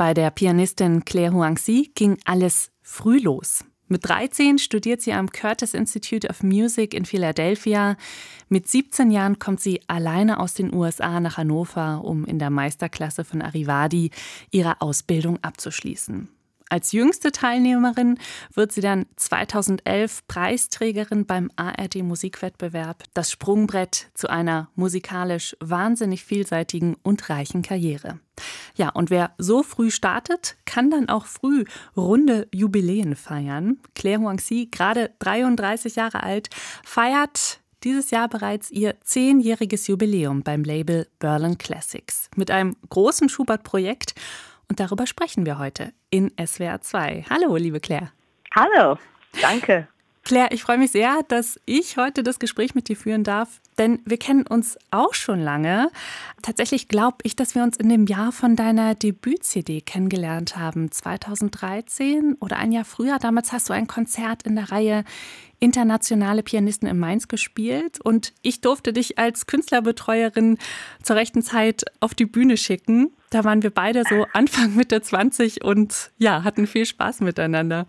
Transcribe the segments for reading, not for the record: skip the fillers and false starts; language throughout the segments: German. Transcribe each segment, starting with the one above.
Bei der Pianistin Claire Huangzi ging alles früh los. Mit 13 studiert sie am Curtis Institute of Music in Philadelphia. Mit 17 Jahren kommt sie alleine aus den USA nach Hannover, um in der Meisterklasse von Arrivadi ihre Ausbildung abzuschließen. Als jüngste Teilnehmerin wird sie dann 2011 Preisträgerin beim ARD-Musikwettbewerb, das Sprungbrett zu einer musikalisch wahnsinnig vielseitigen und reichen Karriere. Ja, und wer so früh startet, kann dann auch früh runde Jubiläen feiern. Claire Huangzi, gerade 33 Jahre alt, feiert dieses Jahr bereits ihr 10-jähriges Jubiläum beim Label Berlin Classics mit einem großen Schubert-Projekt. Und darüber sprechen wir heute in SWR 2. Hallo, liebe Claire. Hallo, danke. Claire, ich freue mich sehr, dass ich heute das Gespräch mit dir führen darf, denn wir kennen uns auch schon lange. Tatsächlich glaube ich, dass wir uns in dem Jahr von deiner Debüt-CD kennengelernt haben, 2013 oder ein Jahr früher. Damals hast du ein Konzert in der Reihe Internationale Pianisten in Mainz gespielt und ich durfte dich als Künstlerbetreuerin zur rechten Zeit auf die Bühne schicken. Da waren wir beide so Anfang, Mitte 20 und ja, hatten viel Spaß miteinander.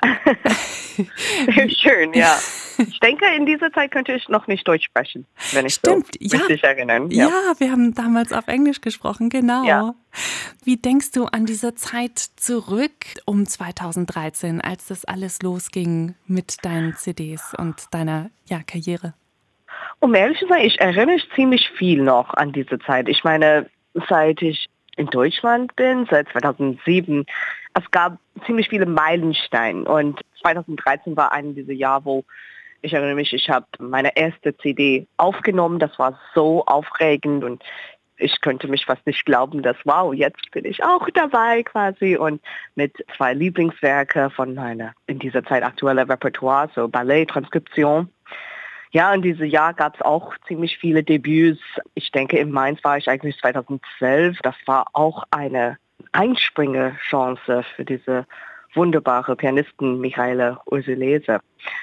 Schön, ja. Ich denke, in dieser Zeit könnte ich noch nicht Deutsch sprechen, wenn ich Stimmt, so richtig erinnere. Ja, wir haben damals auf Englisch gesprochen, genau. Ja. Wie denkst du an diese Zeit zurück um 2013, als das alles losging mit deinen CDs und deiner Karriere? Um ehrlich zu sein, ich erinnere mich ziemlich viel noch an diese Zeit. Ich meine, seit ich in Deutschland bin, seit 2007, es gab ziemlich viele Meilensteine und 2013 war einer dieser Jahre, wo ich erinnere mich, ich habe meine erste CD aufgenommen, das war so aufregend und ich könnte mich fast nicht glauben, dass wow, jetzt bin ich auch dabei quasi und mit 2 Lieblingswerke von meiner in dieser Zeit aktueller Repertoire, so Ballet, Transkription. Ja, in diesem Jahr gab es auch ziemlich viele Debüts. Ich denke, in Mainz war ich eigentlich 2012. Das war auch eine Einspringerchance für diese wunderbare Pianistin Michaela Ursulese.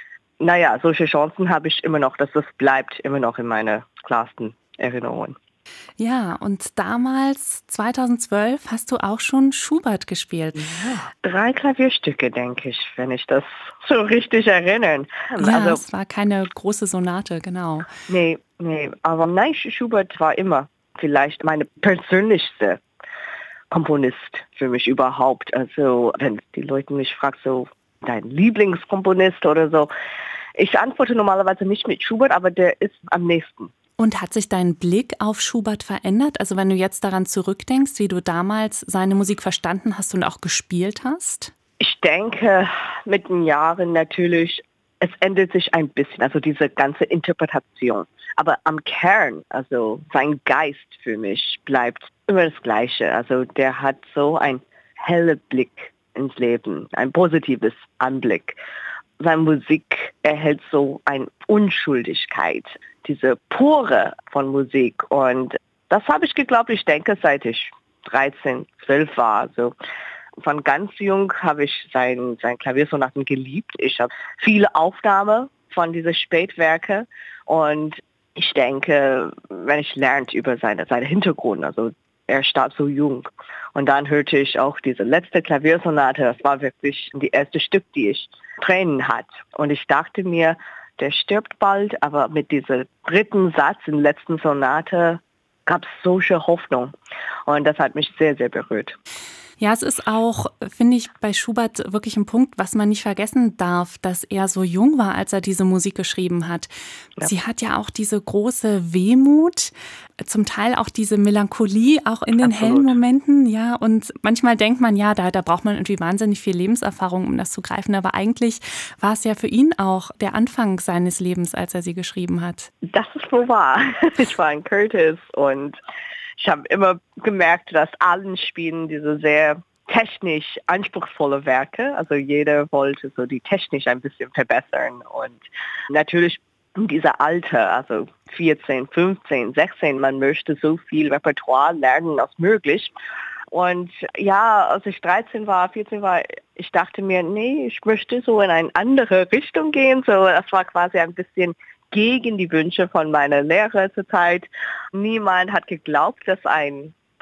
Naja, solche Chancen habe ich immer noch. Das bleibt immer noch in meiner klarsten Erinnerung. Ja, und damals, 2012, hast du auch schon Schubert gespielt. Ja, 3 Klavierstücke, denke ich, wenn ich das so richtig erinnere. Ja, also, es war keine große Sonate, genau. Nee, aber nein, Schubert war immer vielleicht meine persönlichste Komponist für mich überhaupt. Also, wenn die Leute mich fragen, so, dein Lieblingskomponist oder so, ich antworte normalerweise nicht mit Schubert, aber der ist am nächsten. Und hat sich dein Blick auf Schubert verändert? Also wenn du jetzt daran zurückdenkst, wie du damals seine Musik verstanden hast und auch gespielt hast? Ich denke, mit den Jahren natürlich, es ändert sich ein bisschen, also diese ganze Interpretation. Aber am Kern, also sein Geist für mich bleibt immer das Gleiche. Also der hat so einen hellen Blick ins Leben, ein positives Anblick. Seine Musik erhält so eine Unschuldigkeit, diese Pure von Musik. Und das habe ich geglaubt, ich denke, seit ich 13, 12 war. Also von ganz jung habe ich sein Klaviersonaten geliebt. Ich habe viele Aufnahmen von diesen Spätwerke und ich denke, wenn ich lerne über seine Hintergrund, also er starb so jung. Und dann hörte ich auch diese letzte Klaviersonate, das war wirklich die erste Stück, die ich Tränen hat. Und ich dachte mir, der stirbt bald, aber mit diesem 3. Satz in der letzten Sonate gab es solche Hoffnung. Und das hat mich sehr, sehr berührt. Ja, es ist auch, finde ich, bei Schubert wirklich ein Punkt, was man nicht vergessen darf, dass er so jung war, als er diese Musik geschrieben hat. Ja. Sie hat ja auch diese große Wehmut, zum Teil auch diese Melancholie, auch in den hellen Momenten. Ja, und manchmal denkt man, ja, da braucht man irgendwie wahnsinnig viel Lebenserfahrung, um das zu greifen. Aber eigentlich war es ja für ihn auch der Anfang seines Lebens, als er sie geschrieben hat. Das ist wohl wahr. Ich war in Curtis und ich habe immer gemerkt, dass allen spielen diese sehr technisch anspruchsvolle Werke. Also jeder wollte so die Technik ein bisschen verbessern. Und natürlich in dieser Alter, also 14, 15, 16, man möchte so viel Repertoire lernen als möglich. Und ja, als ich 13 war, 14 war, ich dachte mir, nee, ich möchte so in eine andere Richtung gehen. So, das war quasi ein bisschen gegen die Wünsche von meiner Lehrer zur Zeit. Niemand hat geglaubt, dass ein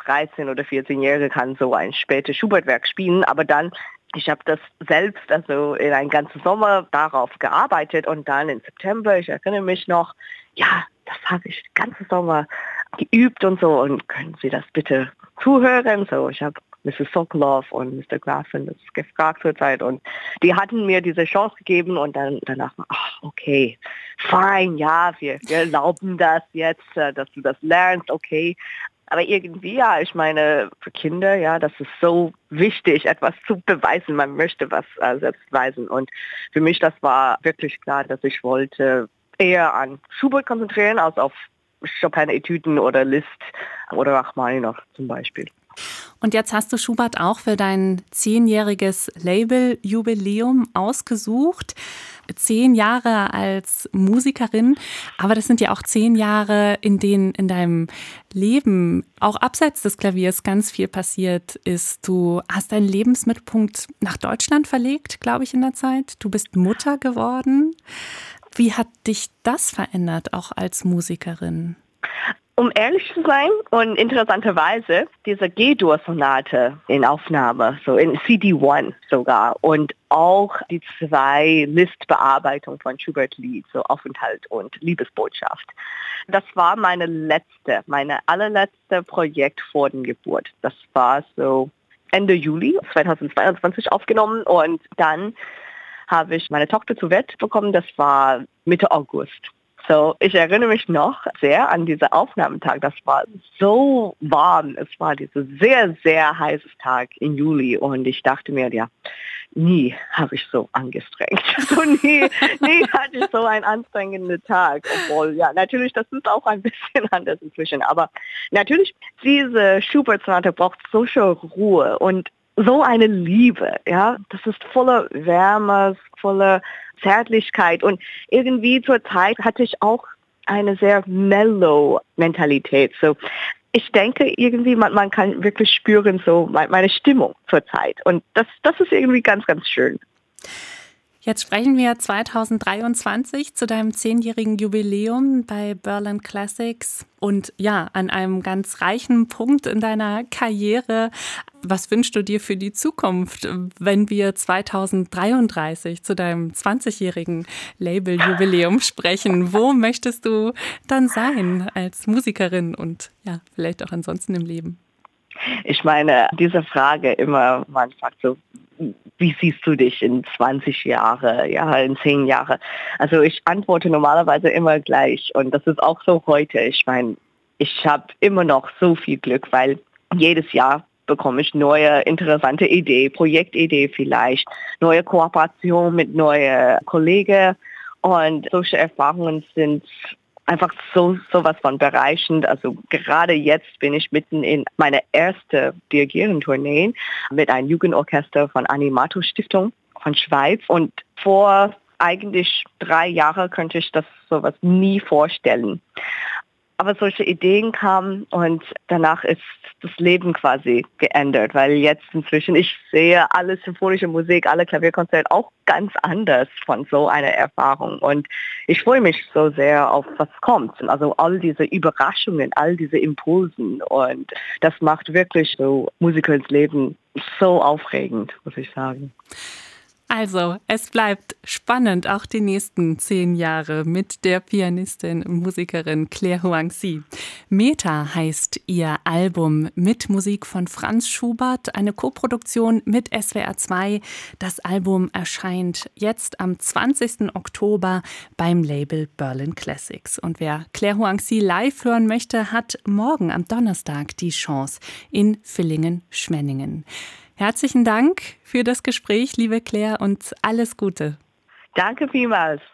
13 oder 14-Jährige kann so ein spätes Schubert-Werk spielen, aber dann, ich habe das selbst, also in einen ganzen Sommer darauf gearbeitet und dann im September, ich erinnere mich noch, ja, das habe ich den ganzen Sommer geübt und so und können Sie das bitte zuhören? So, ich habe Mrs. Sokolov und Mr. Graffin das gefragt zur Zeit und die hatten mir diese Chance gegeben und dann danach, ach, okay, fine, ja, wir erlauben das jetzt, dass du das lernst, okay. Aber irgendwie, ja, ich meine, für Kinder, ja, das ist so wichtig, etwas zu beweisen. Man möchte was selbst beweisen. Und für mich, das war wirklich klar, dass ich wollte eher an Schubert konzentrieren, als auf Chopin-Etüden oder Liszt oder Rachmaninoff zum Beispiel. Und jetzt hast du Schubert auch für dein 10-jähriges Label-Jubiläum ausgesucht. 10 Jahre als Musikerin, aber das sind ja auch 10 Jahre, in denen in deinem Leben auch abseits des Klaviers ganz viel passiert ist. Du hast deinen Lebensmittelpunkt nach Deutschland verlegt, glaube ich, in der Zeit. Du bist Mutter geworden. Wie hat dich das verändert, auch als Musikerin? Um ehrlich zu sein und interessanterweise, diese G-Dur-Sonate in Aufnahme, so in CD1 sogar und auch die 2 Liszt-Bearbeitungen von Schubert-Lied, so Aufenthalt und Liebesbotschaft. Das war meine allerletzte Projekt vor der Geburt. Das war so Ende Juli 2022 aufgenommen und dann habe ich meine Tochter zur Welt bekommen, das war Mitte August. So, ich erinnere mich noch sehr an diesen Aufnahmetag. Das war so warm. Es war dieser sehr, sehr heißes Tag im Juli und ich dachte mir, ja, nie habe ich so angestrengt. So nie hatte ich so einen anstrengenden Tag. Obwohl, ja, natürlich, das ist auch ein bisschen anders inzwischen. Aber natürlich, diese Schubert-Sonate braucht so viel Ruhe und so eine Liebe, ja. Das ist voller Wärme, voller Zärtlichkeit und irgendwie zur Zeit hatte ich auch eine sehr mellow Mentalität. So, ich denke irgendwie, man kann wirklich spüren so meine Stimmung zur Zeit und das ist irgendwie ganz, ganz schön. Jetzt sprechen wir 2023 zu deinem 10-jährigen Jubiläum bei Berlin Classics und ja, an einem ganz reichen Punkt in deiner Karriere. Was wünschst du dir für die Zukunft, wenn wir 2033 zu deinem 20-jährigen Label-Jubiläum sprechen? Wo möchtest du dann sein als Musikerin und ja, vielleicht auch ansonsten im Leben? Ich meine, diese Frage immer, man fragt so, wie siehst du dich in 20 Jahre, ja, in 10 Jahre? Also ich antworte normalerweise immer gleich und das ist auch so heute. Ich meine, ich habe immer noch so viel Glück, weil jedes Jahr bekomme ich neue interessante Ideen, Projektidee vielleicht, neue Kooperation mit neuen Kollegen und solche Erfahrungen sind einfach sowas von bereichernd. Also gerade jetzt bin ich mitten in meiner ersten Dirigierentournee mit einem Jugendorchester von Animato Stiftung von Schweiz. Und vor eigentlich 3 Jahren könnte ich das sowas nie vorstellen. Aber solche Ideen kamen und danach ist das Leben quasi geändert, weil jetzt inzwischen ich sehe alle symphonische Musik, alle Klavierkonzerte auch ganz anders von so einer Erfahrung und ich freue mich so sehr auf was kommt. Also all diese Überraschungen, all diese Impulsen und das macht wirklich so Musiker ins Leben so aufregend, muss ich sagen. Also, es bleibt spannend, auch die nächsten 10 Jahre mit der Pianistin und Musikerin Claire Hoang-Sy. Meta heißt ihr Album mit Musik von Franz Schubert, eine Koproduktion mit SWR 2. Das Album erscheint jetzt am 20. Oktober beim Label Berlin Classics. Und wer Claire Hoang-Sy live hören möchte, hat morgen am Donnerstag die Chance in Villingen-Schwenningen. Herzlichen Dank für das Gespräch, liebe Claire, und alles Gute. Danke vielmals.